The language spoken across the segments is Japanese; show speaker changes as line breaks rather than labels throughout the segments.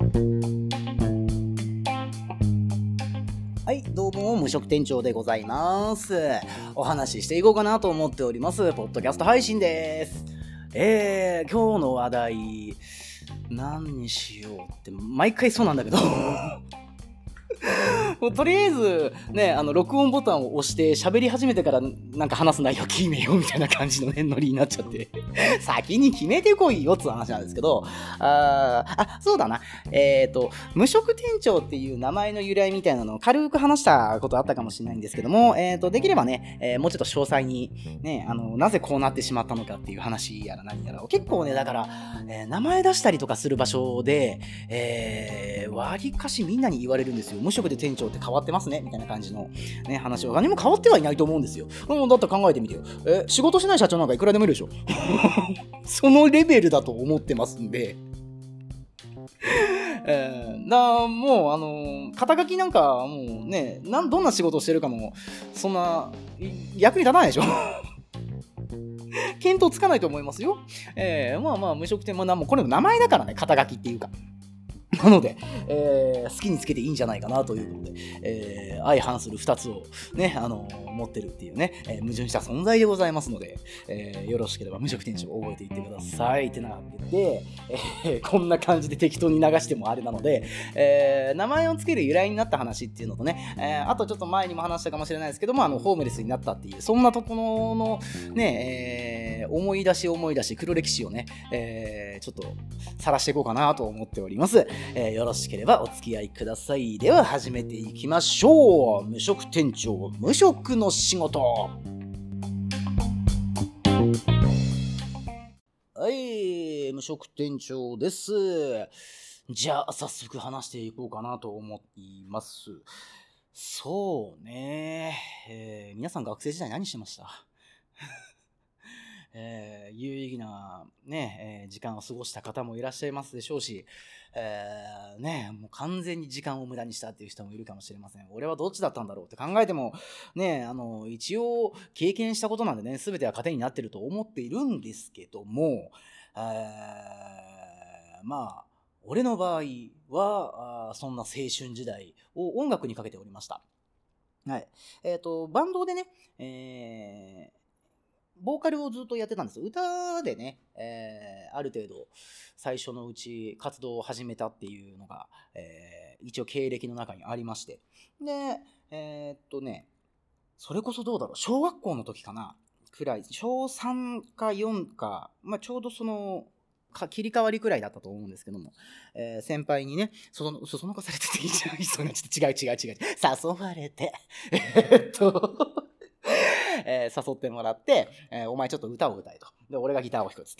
はい、どうも無職店長でございます。お話ししていこうかなと思っておりますポッドキャスト配信です。今日の話題何にしようって毎回そうなんだけどとりあえずね、録音ボタンを押して喋り始めてからなんか話す内容決めようみたいな感じのねノリになっちゃって先に決めてこいよって話なんですけど、そうだな、無職店長っていう名前の由来みたいなのを軽く話したことあったかもしれないんですけども、できればね、もうちょっと詳細にね、なぜこうなってしまったのかっていう話やら何やらを結構ね、だから、名前出したりとかする場所で、わりかしみんなに言われるんですよ。無職で店長って変わってますねみたいな感じの、ね、話は何も変わってはいないと思うんですよ。だって考えてみてよ。仕事しない社長なんかいくらでもいるでしょそのレベルだと思ってますんでもう肩書きなんかもうね、どんな仕事をしてるかもそんな役に立たないでしょ見当つかないと思いますよ。無職店もこれも名前だからね、肩書きっていうか。なので、好きにつけていいんじゃないかなということで、相反する2つをね、持ってるっていうね、矛盾した存在でございますので、よろしければ無職店長を覚えていってくださいってなってて、こんな感じで適当に流してもあれなので、名前をつける由来になった話っていうのとね、あとちょっと前にも話したかもしれないですけども、ホームレスになったっていう、そんなところのね、思い出し黒歴史をね、ちょっと晒していこうかなと思っております。よろしければお付き合いください。では始めていきましょう。無職店長、無職の仕事。はい、無職店長です。じゃあ早速話していこうかなと思います。そうね、皆さん学生時代何してました有意義な、ね時間を過ごした方もいらっしゃいますでしょうし、もう完全に時間を無駄にしたっていう人もいるかもしれません。俺はどっちだったんだろうって考えてもね、一応経験したことなんでね、全ては糧になってると思っているんですけども、俺の場合はそんな青春時代を音楽にかけておりました。はい。バンドでね、ボーカルをずっとやってたんです。歌でね、ある程度最初のうち活動を始めたっていうのが、一応経歴の中にありまして。で、それこそどうだろう、小学校の時かなくらい、小3か4か、ちょうどその、切り替わりくらいだったと思うんですけども、先輩にね、そのかされてていいじゃん、そうなっちゃって、違う、誘われて、誘ってもらって、お前ちょっと歌を歌えと。で、俺がギターを弾くっつって、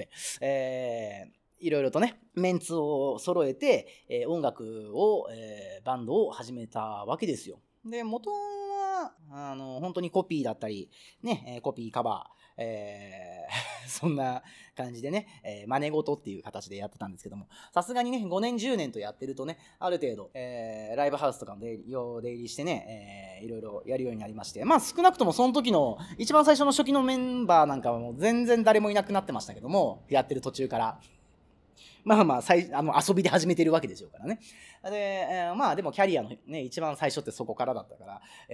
いろいろとね、メンツを揃えて、音楽を、バンドを始めたわけですよ。で、元は、本当にコピーだったり、ね、コピーカバー、そんな感じでね、真似事っていう形でやってたんですけども、さすがにね、5年10年とやってるとね、ある程度、ライブハウスとかも出入りしてね、いろいろやるようになりまして、少なくともその時の一番最初の初期のメンバーなんかはもう全然誰もいなくなってましたけども、やってる途中から遊びで始めてるわけでしょうからね。で、でもキャリアのね、一番最初ってそこからだったから、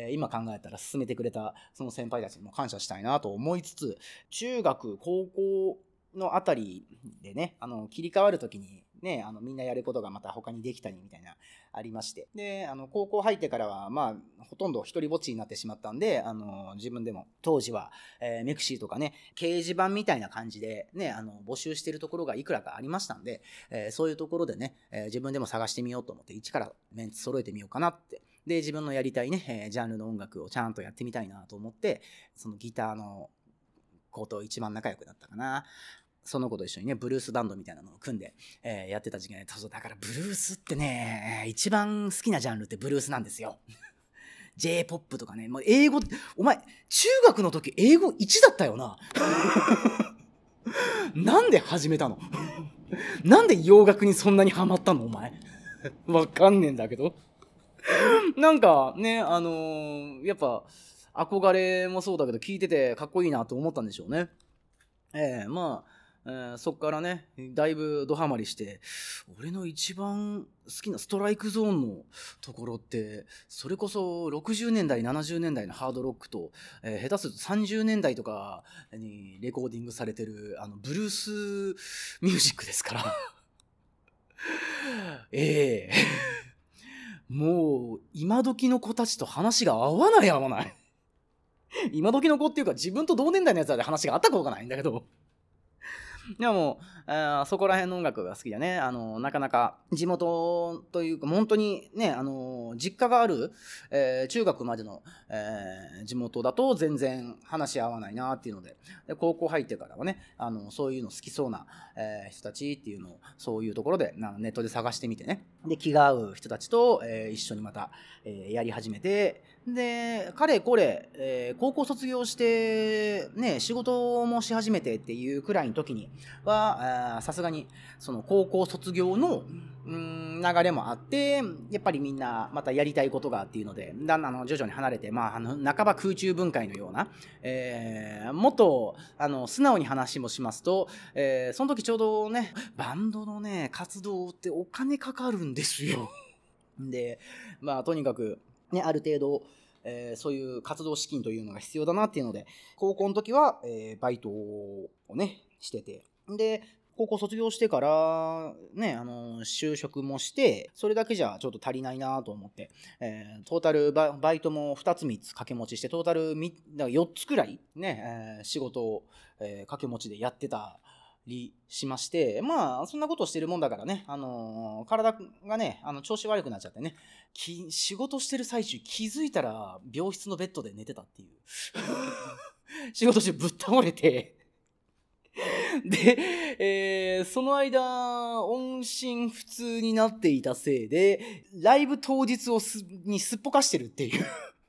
今考えたら進めてくれたその先輩たちにも感謝したいなと思いつつ、中学、高校のあたりでね、切り替わるときにね、みんなやることがまた他にできたりみたいなありまして、で、高校入ってからはほとんど一人ぼっちになってしまったんで、自分でも当時は、メクシーとかね、掲示板みたいな感じでね、募集してるところがいくらかありましたんで、そういうところでね、自分でも探してみようと思って一からメンツ揃えてみようかなって。で、自分のやりたいね、ジャンルの音楽をちゃんとやってみたいなと思って、そのギターの子と一番仲良くなったかな。その子と一緒にね、ブルースバンドみたいなのを組んで、やってた時期で、だからブルースってね、一番好きなジャンルってブルースなんですよ。J-POP とかね、もう英語、お前、中学の時英語1だったよな。なんで始めたのなんで洋楽にそんなにハマったのお前。わかんねえんだけど。なんかね、やっぱ、憧れもそうだけど、聞いててかっこいいなと思ったんでしょうね。 そっからねだいぶドハマりして、俺の一番好きなストライクゾーンのところってそれこそ60年代70年代のハードロックと、下手すると30年代とかにレコーディングされてるブルースミュージックですからええもう今時の子たちと話が合わない今時の子っていうか自分と同年代のやつらで話があったことがないんだけどでもそこら辺の音楽が好きだね。なかなか地元というか本当にね実家がある、中学までの、地元だと全然話し合わないなっていうので、高校入ってからはねそういうの好きそうな、人たちっていうのをそういうところでネットで探してみてね、で気が合う人たちと、一緒にまた、やり始めて、でかれこれ、高校卒業してね仕事もし始めてっていうくらいの時にはさすがにその高校卒業の流れもあって、やっぱりみんなまたやりたいことがっていうのでだんだん徐々に離れて、半ば空中分解のような、もっと素直に話もしますと、その時ちょうどねバンドのね活動ってお金かかるんですよでとにかくねある程度そういう活動資金というのが必要だなっていうので、高校の時は、バイトをねしてて、で高校卒業してからね就職もして、それだけじゃちょっと足りないなと思って、トータルバイトも2つ3つ掛け持ちしてトータル4つくらいね、仕事を、掛け持ちでやってたりしまして、そんなことをしてるもんだからね、体がね調子悪くなっちゃってね、仕事してる最中気づいたら病室のベッドで寝てたっていう仕事中ぶっ倒れてで、その間音信不通になっていたせいでライブ当日にすっぽかしてるっていう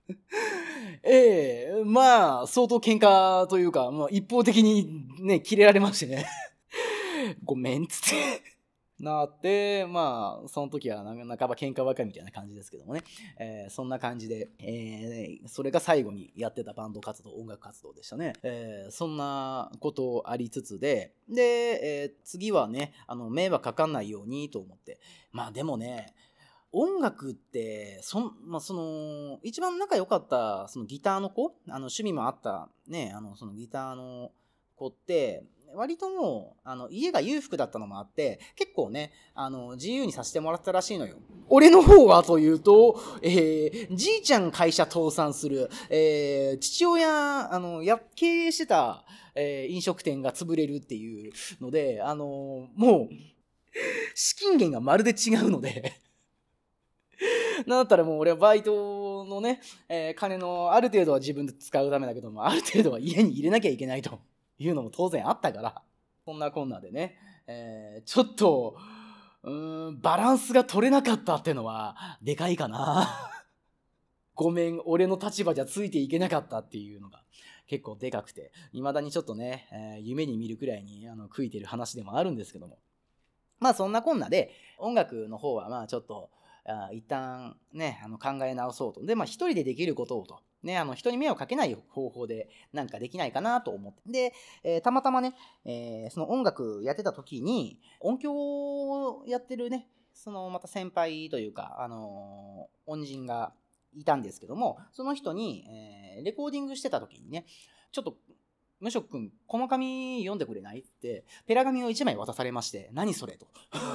相当喧嘩というか、一方的にねキレられましてねごめんっつってなって、その時は半ば喧嘩別れみたいな感じですけどもね、そんな感じで、それが最後にやってたバンド活動、音楽活動でしたね。そんなことありつつで、次はね迷惑かかんないようにと思って、でもね音楽ってその一番仲良かったそのギターの子、趣味もあったねそのギターの子って割ともう家が裕福だったのもあって結構ね自由にさせてもらったらしいのよ。俺の方はというと、じいちゃん会社倒産する、父親経営してた、飲食店が潰れるっていうのでもう資金源がまるで違うのでなんだったらもう俺はバイトのね、金のある程度は自分で使うためだけども、ある程度は家に入れなきゃいけないというのも当然あったから、そんなこんなでね、ちょっとバランスが取れなかったってのはでかいかなごめん俺の立場じゃついていけなかったっていうのが結構でかくて、未だにちょっとね、夢に見るくらいに悔いてる話でもあるんですけども、そんなこんなで音楽の方はちょっと一旦ね考え直そうと。で一人でできることをとね人に迷惑かけない方法でなんかできないかなと思ってで、たまたまね、その音楽やってた時に音響をやってるねそのまた先輩というか恩人がいたんですけども、その人に、レコーディングしてた時にねちょっと無職君この紙読んでくれないってペラ紙を1枚渡されまして、何それと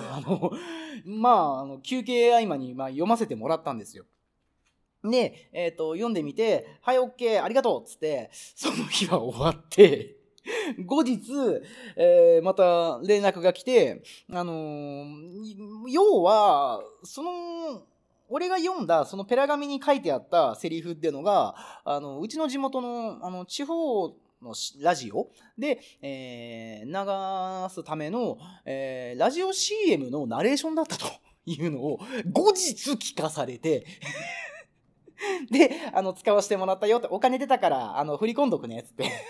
休憩合間に読ませてもらったんですよ。で、読んでみてはい OK ありがとうっつってその日は終わって後日、また連絡が来て要はその俺が読んだそのペラ紙に書いてあったセリフっていうのがうちの地元の地方のラジオで、流すための、ラジオ CM のナレーションだったというのを後日聞かされてで使わせてもらったよってお金出たから振り込んどくねっつ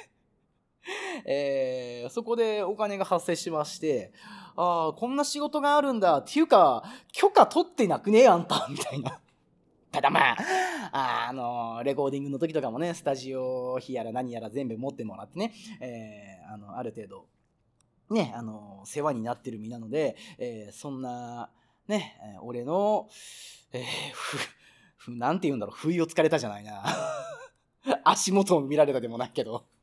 ってそこでお金が発生しまして、こんな仕事があるんだっていうか許可取ってなくねあんたみたいな。ただレコーディングの時とかもねスタジオ費やら何やら全部持ってもらってね、ある程度ね、世話になってる身なので、そんな、ね、俺の、えーなんて言うんだろう、不意をつかれたじゃないな。足元を見られたでもないけど。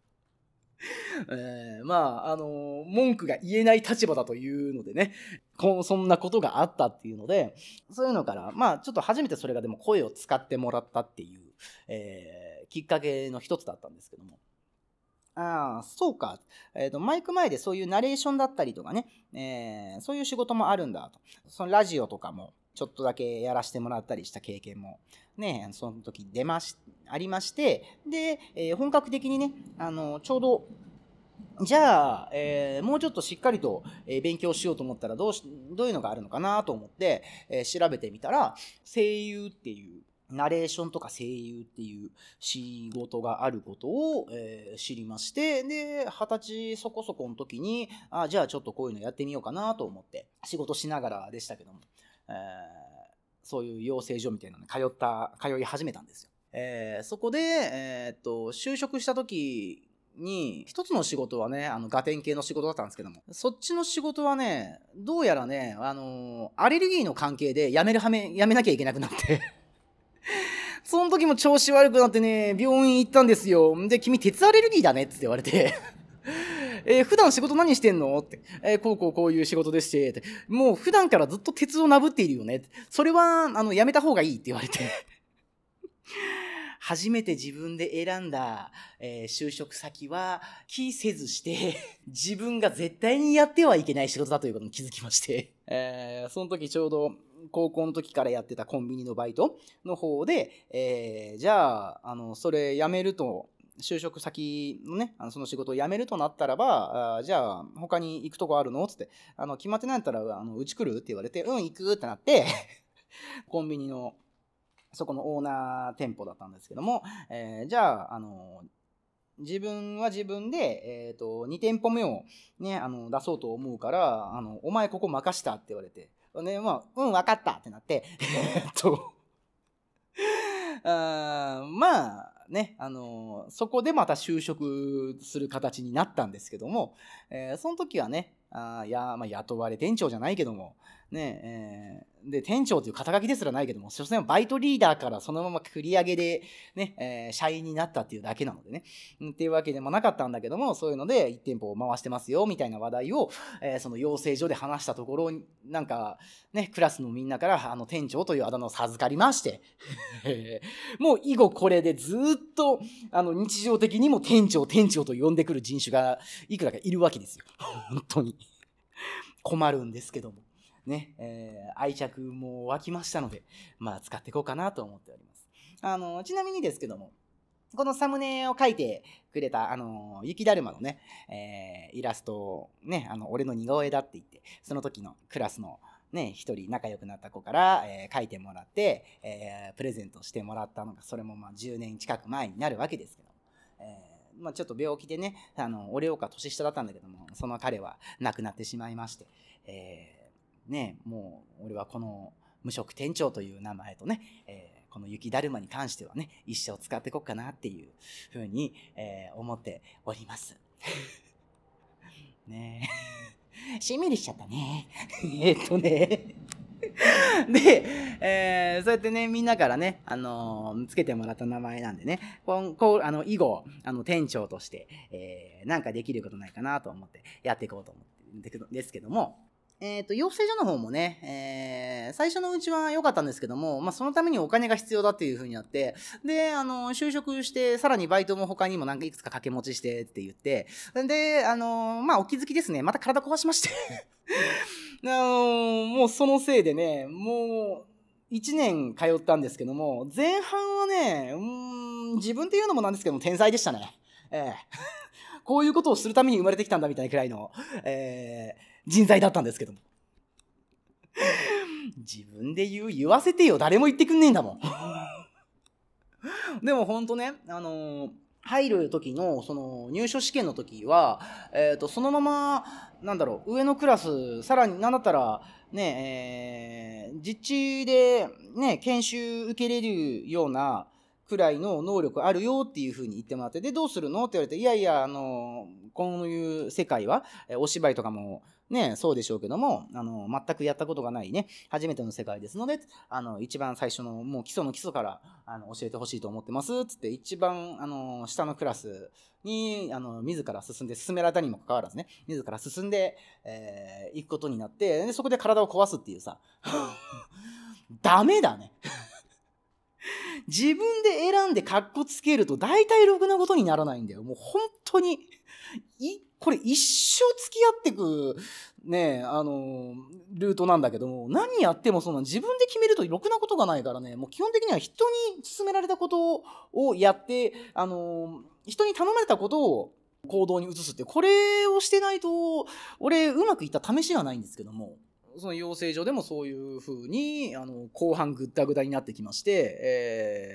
まあ、文句が言えない立場だというのでね、そんなことがあったっていうので、そういうのから、まあ、ちょっと初めてそれがでも声を使ってもらったっていう、きっかけの一つだったんですけども。ああ、そうか。マイク前でそういうナレーションだったりとかね、そういう仕事もあるんだと。そのラジオとかもちょっとだけやらせてもらったりした経験もね、その時ありまして、で、本格的にね、ちょうど、じゃあ、もうちょっとしっかりと、勉強しようと思ったらどういうのがあるのかなと思って、調べてみたら、声優っていう、ナレーションとか声優っていう仕事があることを、知りまして、で、20歳そこそこの時に、じゃあちょっとこういうのやってみようかなと思って、仕事しながらでしたけども、そういう養成所みたいなのに通い始めたんですよ。そこで、就職した時に、一つの仕事はね、ガテン系の仕事だったんですけども、そっちの仕事はね、どうやらね、アレルギーの関係で辞めなきゃいけなくなってその時も調子悪くなってね、病院行ったんですよ。で、君鉄アレルギーだねって言われて普段仕事何してんのって。こういう仕事でして。ってもう普段からずっと鉄をなぶっているよね。それは、やめた方がいいって言われて初めて自分で選んだ、就職先は気せずして自分が絶対にやってはいけない仕事だということに気づきましてその時ちょうど高校の時からやってたコンビニのバイトの方で、じゃあ、それ辞めると、就職先のね、その仕事を辞めるとなったらば、じゃあ、他に行くとこあるのつって、決まってないんだったら、うち来るって言われて、行くってなってコンビニの、そこのオーナー店舗だったんですけども、じゃあ、自分は自分で、2店舗目をね、出そうと思うから、お前ここ任したって言われて、ね、まあ、分かったってなって、まあね、そこでまた就職する形になったんですけども、その時はね、まあ、雇われ店長じゃないけども、ね、で、店長という肩書きですらないけども、所詮はバイトリーダーからそのまま繰り上げで、ね、社員になったっていうだけなのでね、っていうわけでもなかったんだけども、そういうので1店舗を回してますよ、みたいな話題を、その養成所で話したところ、なんか、ね、クラスのみんなから、店長というあだ名を授かりまして、もう以後これでずっと、日常的にも店長と呼んでくる人種がいくらかいるわけですよ。本当に。困るんですけども。ね、愛着も湧きましたので、まあ使っていこうかなと思っております。ちなみにですけども、このサムネを描いてくれた、雪だるまのね、イラストをね、俺の似顔絵だって言って、その時のクラスのね、一人仲良くなった子から、描いてもらって、プレゼントしてもらったのが、それもまあ10年近く前になるわけですけども、まあ、ちょっと病気でね、俺よか年下だったんだけども、その彼は亡くなってしまいまして、ね、もう俺はこの無職店長という名前とね、この雪だるまに関してはね、一生使っていこうかなっていうふうに、思っております。ねえ。しんみりしちゃったね。で、そうやってね、みんなからね、つけてもらった名前なんでね、以後、店長として、なんかできることないかなと思ってやっていこうと思ってるんですけども、養成所の方もね、最初のうちは良かったんですけども、まあ、そのためにお金が必要だっていう風になって、で、就職して、さらにバイトも他にもなんかいくつか掛け持ちしてって言って、で、まあ、お気づきですね、また体壊しましてもうそのせいでね、もう、1年通ったんですけども、前半はね、自分っていうのもなんですけども、天才でしたね。こういうことをするために生まれてきたんだみたいなくらいの、人材だったんですけども。自分で言わせてよ。誰も言ってくんねえんだもん。でもほんとね、入る時の、その、入所試験の時は、そのまま、なんだろう、上のクラス、さらに、なんだったら、ね、実地で、ね、研修受けれるようなくらいの能力あるよっていう風に言ってもらって、で、どうするのって言われて、いやいや、こういう世界は、お芝居とかもね、そうでしょうけども、全くやったことがないね、初めての世界ですので、一番最初のもう基礎の基礎から、教えてほしいと思ってます、つって、一番、下のクラスに、自ら進められたにもかかわらずね、自ら進んで、行くことになって、で、そこで体を壊すっていうさ、ダメだね。自分で選んでカッコつけると大体ろくなことにならないんだよ。もう本当に、これ一生付き合ってく、ね、ルートなんだけども、何やってもそんな自分で決めるとろくなことがないからね、もう基本的には人に勧められたことをやって、人に頼まれたことを行動に移すって、これをしてないと、俺うまくいった試しがないんですけども、その養成所でもそういう風に後半ぐったぐたになってきまして、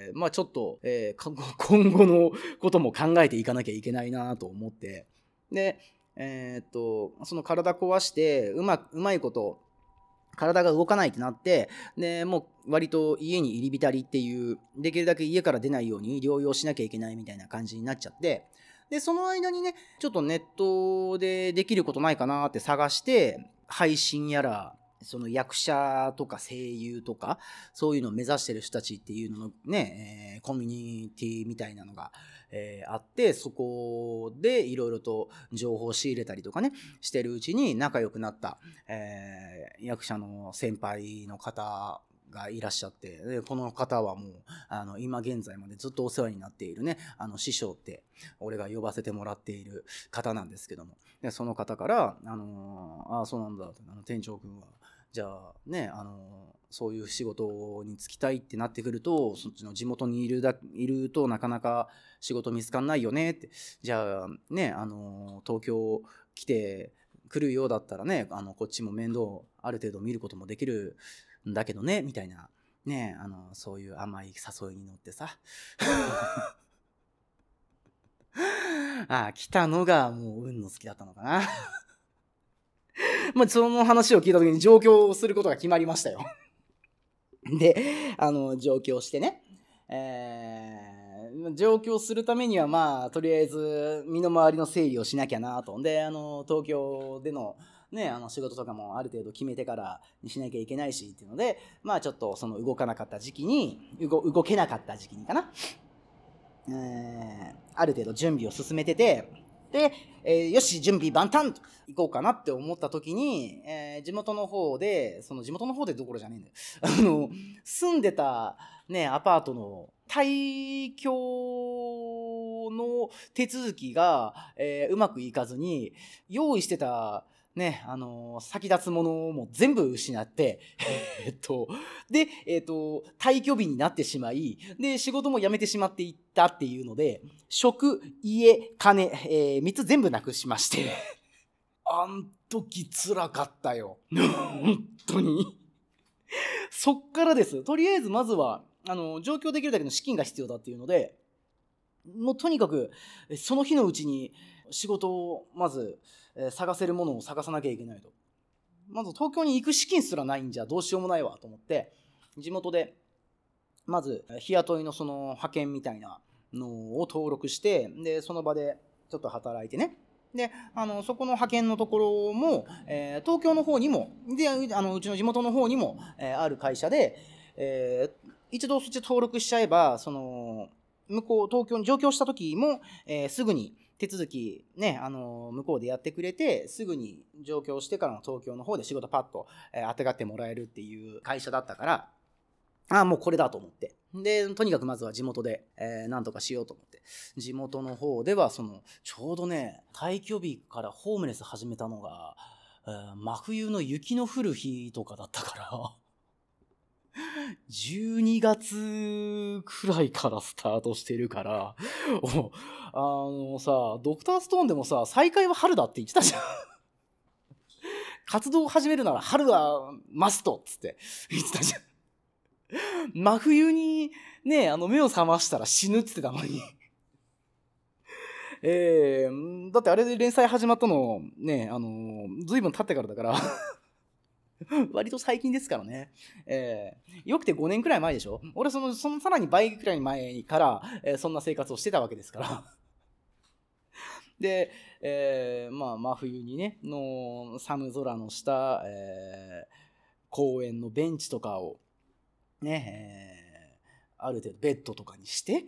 まあちょっと、今後のことも考えていかなきゃいけないなと思って、で、その体壊してうまいこと体が動かないってなって、でもう割と家に入り浸りっていう、できるだけ家から出ないように療養しなきゃいけないみたいな感じになっちゃって、でその間にね、ちょっとネットでできることないかなって探して、配信やらその役者とか声優とかそういうのを目指してる人たちっていうののね、コミュニティみたいなのが、あって、そこでいろいろと情報を仕入れたりとかねしてるうちに仲良くなった、役者の先輩の方がいらっしゃって、でこの方はもう今現在までずっとお世話になっているね、師匠って俺が呼ばせてもらっている方なんですけども、でその方からそうなんだ、店長君はじゃあね、そういう仕事に就きたいってなってくると、そっちの地元にいるとなかなか仕事見つかんないよねって、じゃあね、東京来て来るようだったらね、こっちも面倒ある程度見ることもできるんだけどねみたいなね、そういう甘い誘いに乗ってさ来たのがもう運の好きだったのかなまあその話を聞いた時に上京することが決まりましたよで上京してね、上京するためにはまあとりあえず身の回りの整理をしなきゃなと。で東京でのね、仕事とかもある程度決めてからにしなきゃいけないしっていうので、まあちょっとその動けなかった時期にかな、ある程度準備を進めてて、で、よし準備万端と行こうかなって思った時に、地元の方でどころじゃねえんだよ住んでたねアパートの退去の手続きが、うまくいかずに用意してたね、先立つものも全部失ってで、退去日になってしまい、で仕事も辞めてしまっていったっていうので、食、家、金、3つ全部なくしましてあん時つらかったよ本当にそっからです。とりあえずまずは上京できるだけの資金が必要だっていうので、もうとにかくその日のうちに仕事をまず探せるものを探さなきゃいけないと。まず東京に行く資金すらないんじゃどうしようもないわと思って、地元でまず日雇いのその派遣みたいなのを登録して、でその場でちょっと働いてね、でそこの派遣のところも、東京の方にもでうちの地元の方にも、ある会社で、一度そっち登録しちゃえば、その向こう東京に上京した時も、すぐに手続きね、向こうでやってくれて、すぐに上京してからの東京の方で仕事パッと、あてがってもらえるっていう会社だったから、もうこれだと思って。で、とにかくまずは地元で、なんとかしようと思って。地元の方では、ちょうどね、退去日からホームレス始めたのが、真冬の雪の降る日とかだったから、12月くらいからスタートしてるから、ドクターストーンでもさ、再開は春だって言ってたじゃん。活動を始めるなら春はマストっつって言ってたじゃん。真冬にね、目を覚ましたら死ぬって言ってたのに。だってあれで連載始まったのね、随分経ってからだから割と最近ですからね。よくて5年くらい前でしょ。俺そのさらに倍くらい前から、そんな生活をしてたわけですから。で、まあ真冬にね、の寒空の下、公園のベンチとかをね、ある程度ベッドとかにして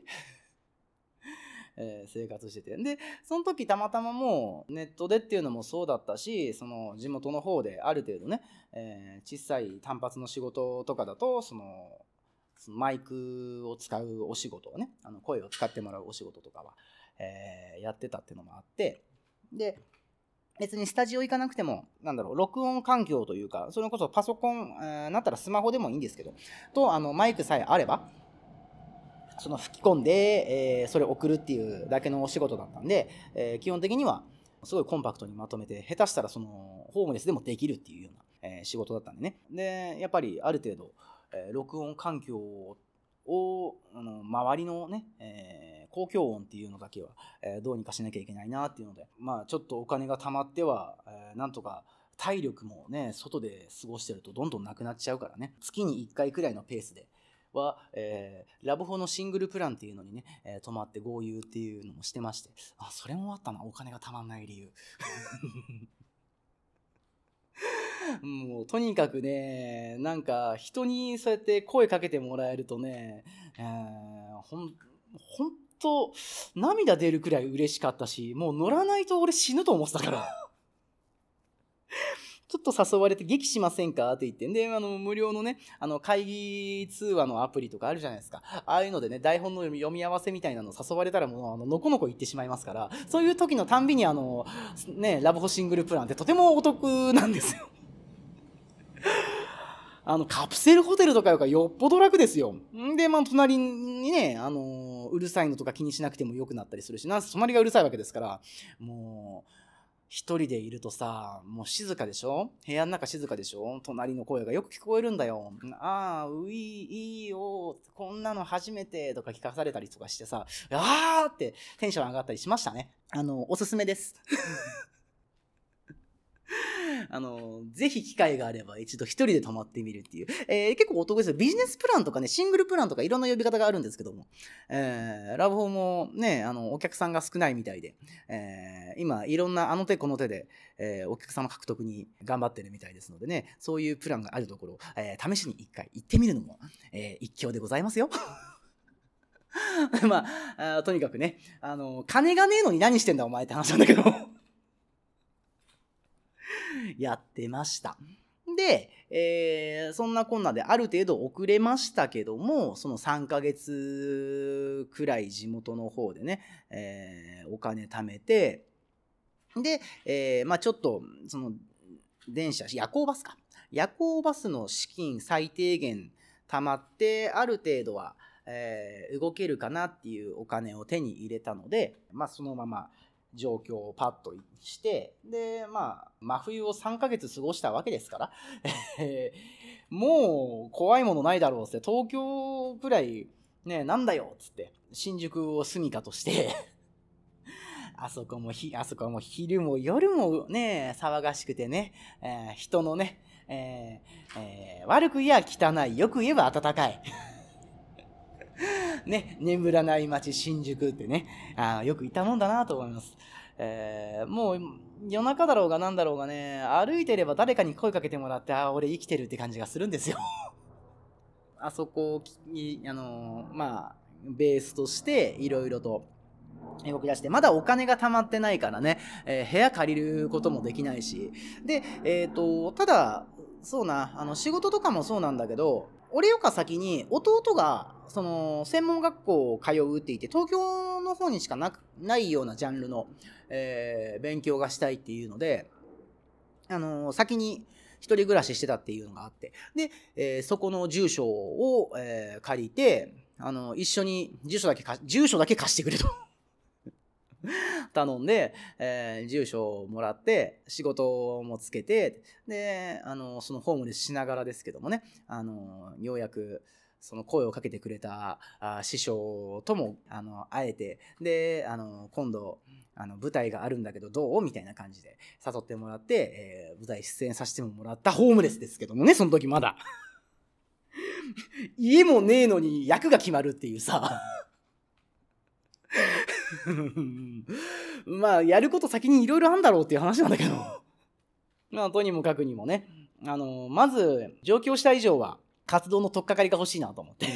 生活してて。で、その時たまたまもうネットでっていうのもそうだったし、その地元の方である程度ね、小さい単発の仕事とかだと、そのマイクを使うお仕事をね、声を使ってもらうお仕事とかは、やってたっていうのもあって、で、別にスタジオ行かなくても、録音環境というか、それこそパソコン、なったらスマホでもいいんですけど、と、マイクさえあれば、その吹き込んで、それを送るっていうだけのお仕事だったんで、基本的にはすごいコンパクトにまとめて、下手したらそのホームレスでもできるっていうような、仕事だったんでね。で、やっぱりある程度、録音環境を周りのね、公共音っていうのだけは、どうにかしなきゃいけないなっていうので、まあちょっとお金が貯まっては、なんとか体力もね、外で過ごしてるとどんどんなくなっちゃうからね、月に1回くらいのペースでは、ラブホのシングルプランっていうのにね、泊まって豪遊っていうのもしてまして、それもあったな、お金がたまんない理由。もうとにかくね、なんか人にそうやって声かけてもらえるとね、ほんと涙出るくらい嬉しかったし、もう乗らないと俺死ぬと思ってたから。ちょっと誘われて劇しませんかって言って、で、無料のね、会議通話のアプリとかあるじゃないですか。ああいうのでね、台本の読み合わせみたいなの誘われたらもう、のこのこ言ってしまいますから、そういう時のたんびにね、ラブホシングルプランってとてもお得なんですよ。カプセルホテルとかよりかよっぽど楽ですよ。んで、隣にね、うるさいのとか気にしなくてもよくなったりするし、隣がうるさいわけですから、もう、一人でいるとさ、もう静かでしょ？部屋の中静かでしょ？隣の声がよく聞こえるんだよ。いいよ、こんなの初めてとか聞かされたりとかしてさ、ってテンション上がったりしましたね。おすすめです。ぜひ機会があれば一度一人で泊まってみるっていう。結構お得ですよ。ビジネスプランとかね、シングルプランとかいろんな呼び方があるんですけども、ラブホもね、お客さんが少ないみたいで、今いろんなあの手この手で、お客様獲得に頑張ってるみたいですのでね、そういうプランがあるところ、試しに一回行ってみるのも、一興でございますよ。まあ、とにかくね、金がねえのに何してんだお前って話なんだけど。やってました。で、そんなこんなである程度遅れましたけども、その3ヶ月くらい地元の方でね、お金貯めて、で、ちょっと、その、夜行バスか。夜行バスの資金最低限貯まって、ある程度は、動けるかなっていうお金を手に入れたので、そのまま、状況をパッとして、で、真冬を3ヶ月過ごしたわけですから、もう怖いものないだろうって、東京くらい、ね、なんだよっつって、新宿を住処として、あそこはもう昼も夜もね、騒がしくてね、人のね、悪く言えば汚い、よく言えば暖かい。ね、眠らない街新宿ってね、よくいたもんだなと思います。もう夜中だろうがなんだろうがね、歩いてれば誰かに声かけてもらって、俺生きてるって感じがするんですよ。あそこに、ベースとしていろいろと動き出して、まだお金が貯まってないからね、部屋借りることもできないし。で、ただ、そうな、仕事とかもそうなんだけど、俺よか先に弟が、その、専門学校を通うって言って、東京の方にしかないようなジャンルの、勉強がしたいっていうので、先に一人暮らししてたっていうのがあって、で、そこの住所を、借りて、一緒に住所だけ貸してくれと。頼んで、住所をもらって、仕事もつけて、で、そのホームレスしながらですけどもね、ようやく、 その声をかけてくれた師匠とも会えて、で今度舞台があるんだけどどうみたいな感じで誘ってもらって、舞台出演させてもらったホームレスですけどもね、その時まだ家もねえのに役が決まるっていうさまあやること先にいろいろあるんだろうっていう話なんだけどまあとにもかくにもね、まず上京した以上は活動の取っかかりが欲しいなと思って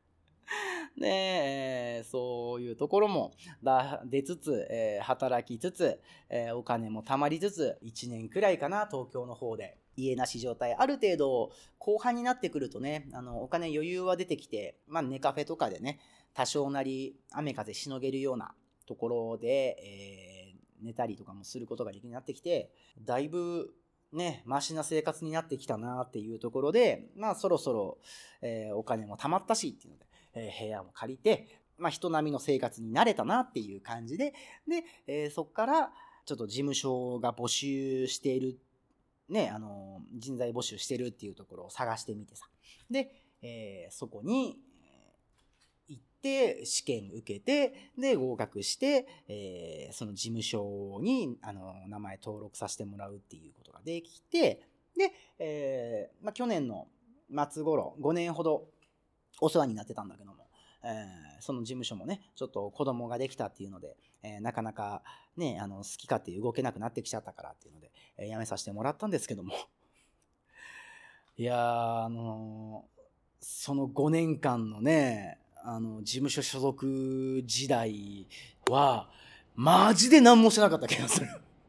で、そういうところも出つつ、働きつつ、お金も貯まりつつ、1年くらいかな、東京の方で家なし状態、ある程度後半になってくるとね、お金余裕は出てきて、まあネカフェとかでね、多少なり雨風しのげるようなところで、寝たりとかもすることができるようになってきて、だいぶね、マシな生活になってきたなっていうところで、まあそろそろ、お金も貯まったしっていうので、部屋も借りて、まあ人並みの生活に慣れたなっていう感じで、で、そっからちょっと事務所が募集している、ね、人材募集してるっていうところを探してみてさ。で、そこに行って試験受けて、で合格して、その事務所に名前登録させてもらうっていうことができて、で、まあ、去年の末頃5年ほどお世話になってたんだけども、その事務所もねちょっと子供ができたっていうので、なかなかね好き勝手動けなくなってきちゃったからっていうので、辞めさせてもらったんですけどもいやーその5年間のね事務所所属時代はマジで何もしなかった気がする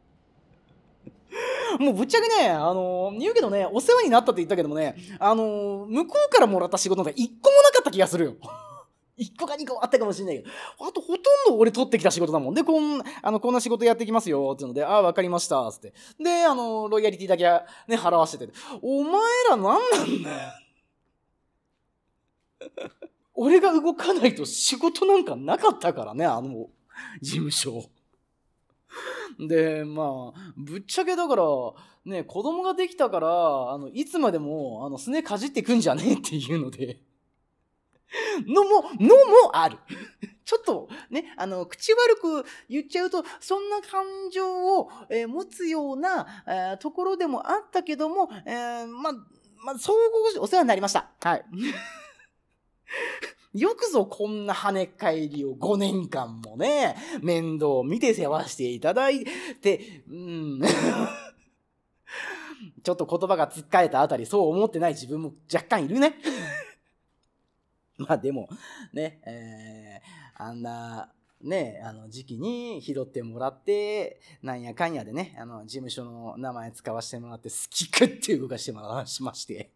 もうぶっちゃけね言うけどね、お世話になったって言ったけどもね向こうからもらった仕事なんか1個もなかった気がするよ1個か2個あったかもしれないけど、あとほとんど俺取ってきた仕事だもんで、こんな仕事やってきますよっていうので、ああ分かりましたっつって、でロイヤリティだけね払わせてて、お前ら何なんだよ俺が動かないと仕事なんかなかったからね、事務所で、まあぶっちゃけだからね、子供ができたからいつまでもすねかじってくんじゃねえっていうのでのもあるちょっとね口悪く言っちゃうとそんな感情を、持つような、ところでもあったけども、まあ総合お世話になりました。はいよくぞこんな跳ね返りを5年間もね面倒を見て世話していただいて、ちょっと言葉がつっかえたあたりそう思ってない自分も若干いるねまあでもね、あんなね時期に拾ってもらってなんやかんやでね事務所の名前使わせてもらって好き勝手動かしてもらわしまして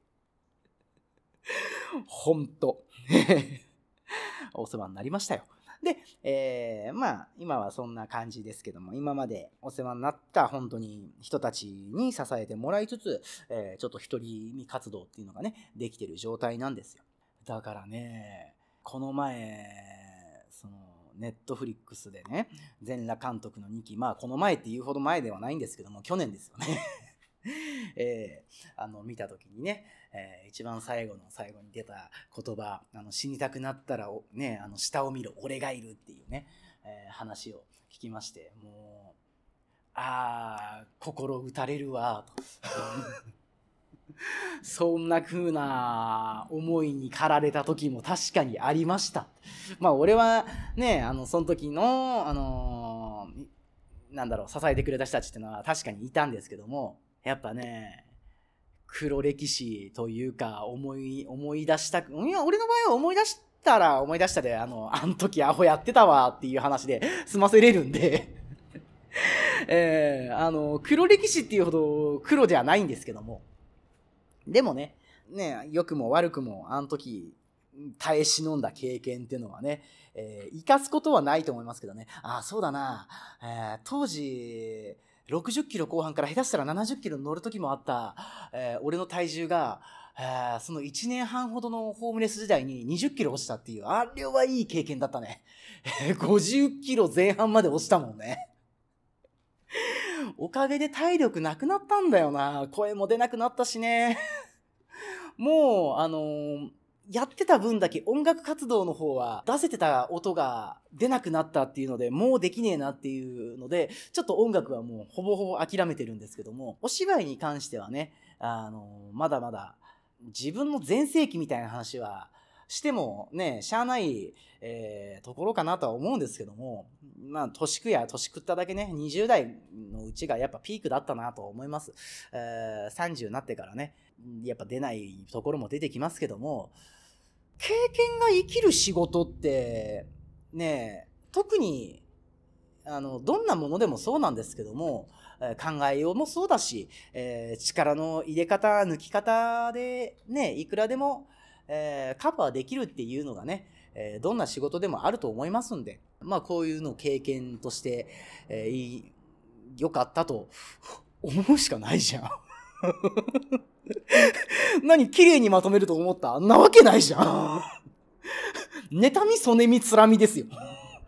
ほんとお世話になりましたよ。で、まあ今はそんな感じですけども、今までお世話になった本当に人たちに支えてもらいつつ、ちょっと一人身活動っていうのがねできてる状態なんですよ。だからねこの前そのネットフリックスでね全裸監督の2期、まあこの前っていうほど前ではないんですけども去年ですよね見た時にね、一番最後の最後に出た言葉死にたくなったらね下を見ろ俺がいるっていうね、話を聞きまして、もう心打たれるわとそんな風な思いに駆られた時も確かにありました。まあ俺はねその時のなんだろう支えてくれた人たちっていうのは確かにいたんですけども、やっぱね黒歴史というか思い出したく、いや俺の場合は思い出したら思い出したであの時アホやってたわっていう話で済ませれるんで黒歴史っていうほど黒ではないんですけども、でもね良くも悪くもあの時耐え忍んだ経験っていうのはね、生かすことはないと思いますけどね。そうだな、当時60キロ後半から下手したら70キロ乗る時もあった、俺の体重が、その1年半ほどのホームレス時代に20キロ落ちたっていう、あれはいい経験だったね。50キロ前半まで落ちたもんね。おかげで体力なくなったんだよな。声も出なくなったしね。もうやってた分だけ音楽活動の方は出せてた音が出なくなったっていうので、もうできねえなっていうので、ちょっと音楽はもうほぼほぼ諦めてるんですけども、お芝居に関してはね、まだまだ自分の全盛期みたいな話はしてもね、しゃあない、ところかなとは思うんですけども、まあ年食っただけね、20代のうちがやっぱピークだったなと思います。30になってからね、やっぱ出ないところも出てきますけども、経験が生きる仕事ってね、特にどんなものでもそうなんですけども、考えようもそうだし、力の入れ方抜き方でね、いくらでも、カバーできるっていうのがね、どんな仕事でもあると思いますんで、まあこういうのを経験として、良かったと思うしかないじゃん。何綺麗にまとめると思った？なわけないじゃん。妬み、そねみ、つらみですよ。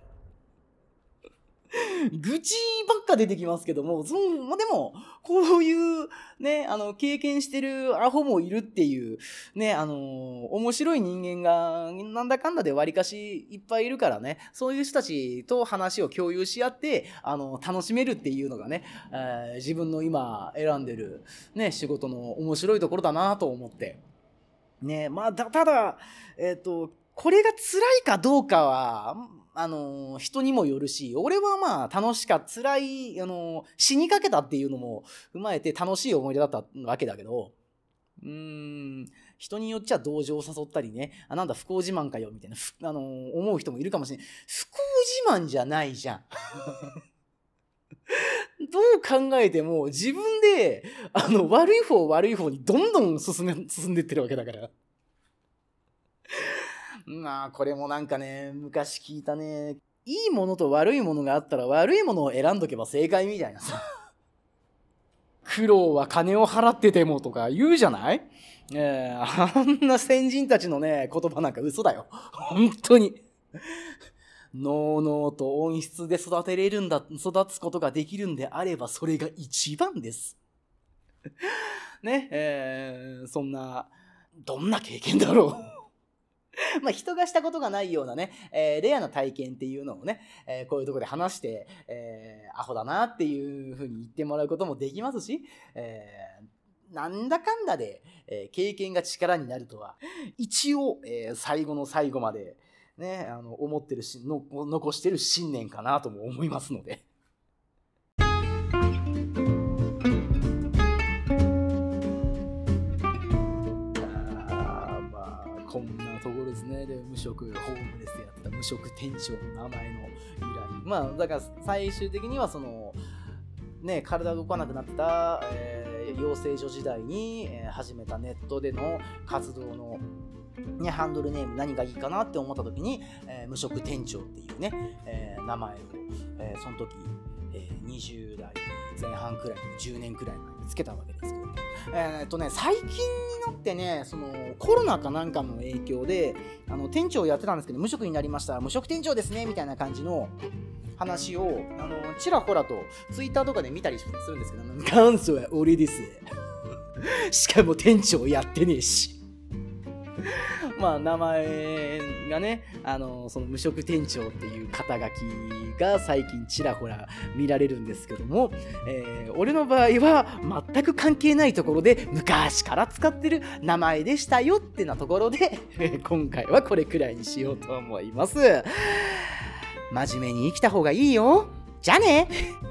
愚痴ばっか出てきますけども、でも、こういうね、経験してるアホもいるっていう、ね、面白い人間が、なんだかんだで割かしいっぱいいるからね、そういう人たちと話を共有し合って、楽しめるっていうのがね、自分の今選んでる、ね、仕事の面白いところだなと思って。ね、まあ、ただ、これが辛いかどうかは、人にもよるし、俺はまあ楽しか辛い、死にかけたっていうのも踏まえて楽しい思い出だったわけだけど、人によっちゃ同情を誘ったりね、なんだ不幸自慢かよみたいな、思う人もいるかもしれない。不幸自慢じゃないじゃん。どう考えても自分で、悪い方にどんどん進んでってるわけだから。まあこれもなんかね、昔聞いたね、いいものと悪いものがあったら悪いものを選んどけば正解みたいなさ。苦労は金を払っててもとか言うじゃない？あんな先人たちのね、言葉なんか嘘だよ。本当に。のうのうと温室で育つことができるんであればそれが一番です。ね、そんな、どんな経験だろう。まあ人がしたことがないようなね、レアな体験っていうのをね、こういうところで話して、アホだなっていうふうに言ってもらうこともできますし、なんだかんだで、経験が力になるとは一応、最後の最後までね、思ってるし残してる信念かなとも思いますので。こんなところですね。で、無職ホームレスでやってた無職店長の名前の由来。まあだから最終的にはそのね、体が動かなくなった、養成所時代に、始めたネットでの活動の、ね、ハンドルネーム何がいいかなって思った時に、無職店長っていうね、名前を、その時、20代前半くらい10年くらい前につけたわけですけど、最近になってね、そのコロナかなんかの影響で店長をやってたんですけど無職になりました、無職店長ですねみたいな感じの話をちらほらとツイッターとかで見たりするんですけど、元祖は俺ですしかも店長やってねえしまあ名前がね、その無職店長っていう肩書きが最近ちらほら見られるんですけども、俺の場合は全く関係ないところで昔から使ってる名前でしたよってなところで今回はこれくらいにしようと思います。真面目に生きた方がいいよ。じゃあね。